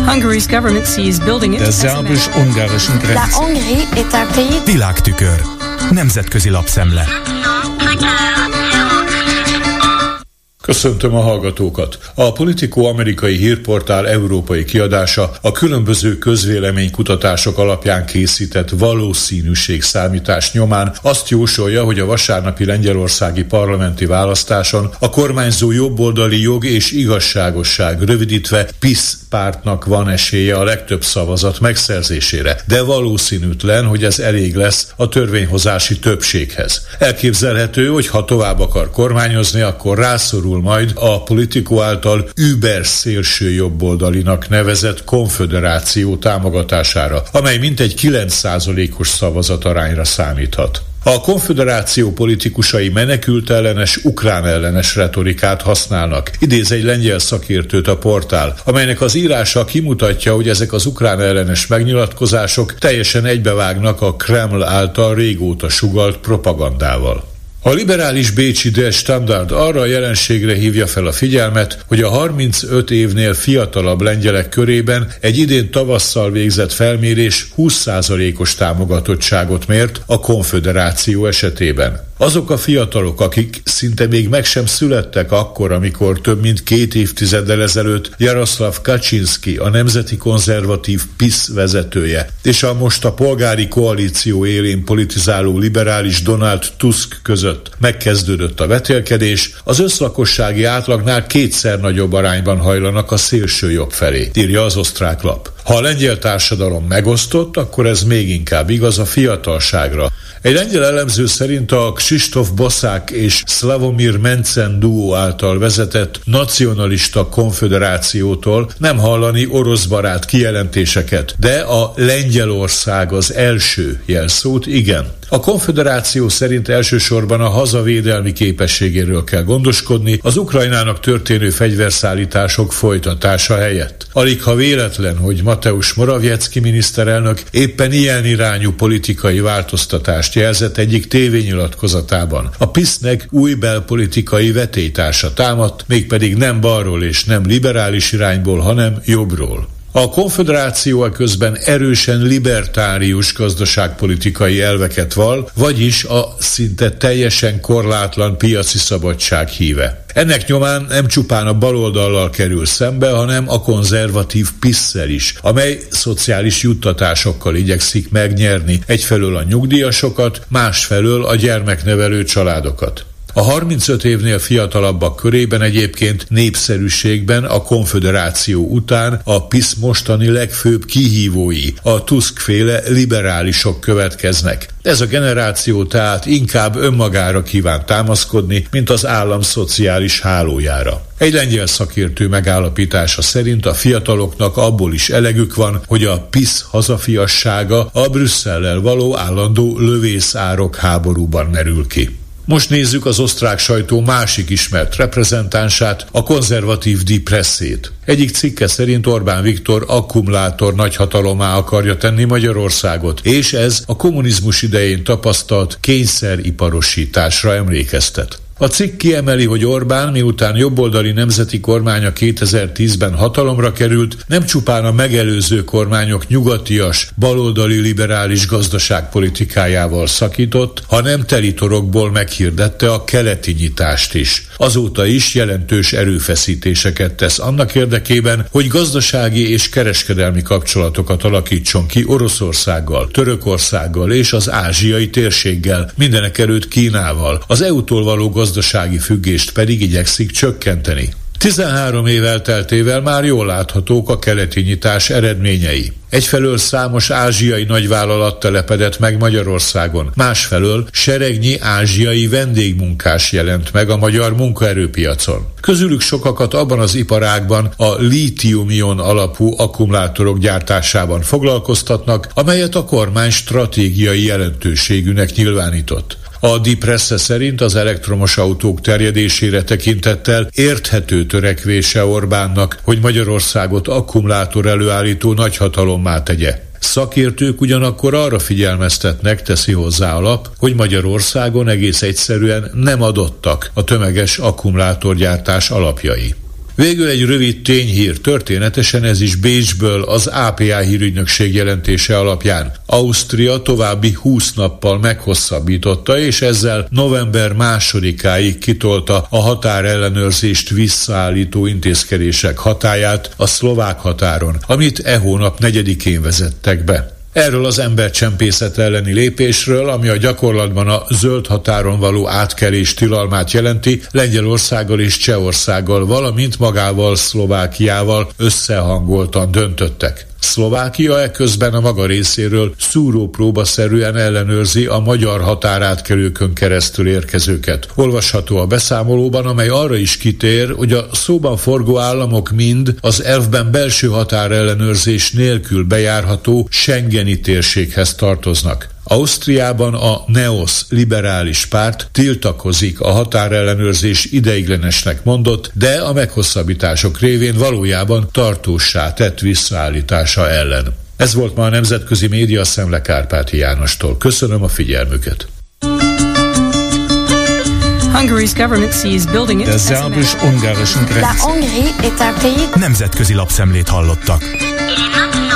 Der szerbus-ungarischen Grenze. Világtükör. Nemzetközi lapszemle. Köszöntöm a hallgatókat! A Politico amerikai hírportál európai kiadása a különböző közvéleménykutatások alapján készített valószínűségszámítás nyomán azt jósolja, hogy a vasárnapi lengyelországi parlamenti választáson a kormányzó jobboldali Jog és Igazságosság, rövidítve PiS pártnak van esélye a legtöbb szavazat megszerzésére, de valószínűtlen, hogy ez elég lesz a törvényhozási többséghez. Elképzelhető, hogy ha tovább akar kormányozni, akkor rászorul majd a Politico által über szélső jobboldalinak nevezett konföderáció támogatására, amely mintegy 9%-os szavazatarányra számíthat. A konföderáció politikusai menekültellenes, ukránellenes retorikát használnak. Idéz egy lengyel szakértőt a portál, amelynek az írása kimutatja, hogy ezek az ukránellenes megnyilatkozások teljesen egybevágnak a Kreml által régóta sugalt propagandával. A liberális bécsi Der Standard arra a jelenségre hívja fel a figyelmet, hogy a 35 évnél fiatalabb lengyelek körében egy idén tavasszal végzett felmérés 20%-os támogatottságot mért a konföderáció esetében. Azok a fiatalok, akik szinte még meg sem születtek akkor, amikor több mint 2 évtizeddel ezelőtt Jaroszlav Kaczynszki, a nemzeti konzervatív PiS vezetője, és most a polgári koalíció élén politizáló liberális Donald Tusk között megkezdődött a vetélkedés, az összlakossági átlagnál 2-szer nagyobb arányban hajlanak a szélső jobb felé, írja az osztrák lap. Ha a lengyel társadalom megosztott, akkor ez még inkább igaz a fiatalságra. Egy lengyel elemző szerint a Krzysztof Boszák és Sławomir Mencen duó által vezetett nacionalista konföderációtól nem hallani oroszbarát kijelentéseket, de a Lengyelország az első jelszót igen. A konföderáció szerint elsősorban a hazavédelmi képességéről kell gondoskodni, az Ukrajnának történő fegyverszállítások folytatása helyett. Aligha véletlen, hogy Mateusz Morawiecki miniszterelnök éppen ilyen irányú politikai változtatást jelzett egyik tévényilatkozatában. A PiS-nek új belpolitikai vetélytársa támadt, mégpedig nem balról és nem liberális irányból, hanem jobbról. A konföderáció közben erősen libertárius gazdaságpolitikai elveket vall, vagyis a szinte teljesen korlátlan piaci szabadság híve. Ennek nyomán nem csupán a baloldallal kerül szembe, hanem a konzervatív PiS-szel is, amely szociális juttatásokkal igyekszik megnyerni egyfelől a nyugdíjasokat, másfelől a gyermeknevelő családokat. A 35 évnél fiatalabbak körében egyébként népszerűségben a konföderáció után a PiS mostani legfőbb kihívói, a Tusk-féle liberálisok következnek. Ez a generáció tehát inkább önmagára kíván támaszkodni, mint az állam szociális hálójára. Egy lengyel szakértő megállapítása szerint a fiataloknak abból is elegük van, hogy a PiS hazafiassága a Brüsszellel való állandó lövészárok háborúban merül ki. Most nézzük az osztrák sajtó másik ismert reprezentánsát, a konzervatív Die Pressét. Egyik cikke szerint Orbán Viktor akkumulátor nagyhatalommá akarja tenni Magyarországot, és ez a kommunizmus idején tapasztalt kényszeriparosításra emlékeztet. A cikk kiemeli, hogy Orbán, miután jobboldali nemzeti kormánya 2010-ben hatalomra került, nem csupán a megelőző kormányok nyugatias, baloldali liberális gazdaságpolitikájával szakított, hanem telitorokból meghirdette a keleti nyitást is. Azóta is jelentős erőfeszítéseket tesz annak érdekében, hogy gazdasági és kereskedelmi kapcsolatokat alakítson ki Oroszországgal, Törökországgal és az ázsiai térséggel, mindenekelőtt Kínával. Az EU-tól való gazdasági függést pedig igyekszik csökkenteni. 13 év elteltével már jól láthatók a keleti nyitás eredményei. Egyfelől számos ázsiai nagyvállalat telepedett meg Magyarországon, másfelől seregnyi ázsiai vendégmunkás jelent meg a magyar munkaerőpiacon. Közülük sokakat abban az iparágban a lítium-ion alapú akkumulátorok gyártásában foglalkoztatnak, amelyet a kormány stratégiai jelentőségűnek nyilvánított. A Die Presse szerint az elektromos autók terjedésére tekintettel érthető törekvése Orbánnak, hogy Magyarországot akkumulátor előállító nagyhatalommá tegye. Szakértők ugyanakkor arra figyelmeztetnek, teszi hozzá a lap, hogy Magyarországon egész egyszerűen nem adottak a tömeges akkumulátorgyártás alapjai. Végül egy rövid tényhír, történetesen ez is Bécsből, az APA hírügynökség jelentése alapján. Ausztria további 20 nappal meghosszabbította, és ezzel november 2-áig kitolta a határellenőrzést visszaállító intézkedések hatályát a szlovák határon, amit e hónap 4-én vezettek be. Erről az embercsempészet elleni lépésről, ami a gyakorlatban a zöld határon való átkelés tilalmát jelenti, Lengyelországgal és Csehországgal, valamint magával Szlovákiával összehangoltan döntöttek. Szlovákia eközben a maga részéről szúrópróbaszerűen ellenőrzi a magyar határátkelőkön keresztül érkezőket. Olvasható a beszámolóban, amely arra is kitér, hogy a szóban forgó államok mind az elvben belső határellenőrzés nélkül bejárható Schengeni térséghez tartoznak. Ausztriában a NEOS liberális párt tiltakozik a határellenőrzés ideiglenesnek mondott, de a meghosszabbítások révén valójában tartóssá tett visszaállítása ellen. Ez volt ma a Nemzetközi Média Szemle Kárpáti Jánostól. Köszönöm a figyelmüket. Der szerbus-ungarischen Grenze. Nemzetközi lapszemlét hallottak.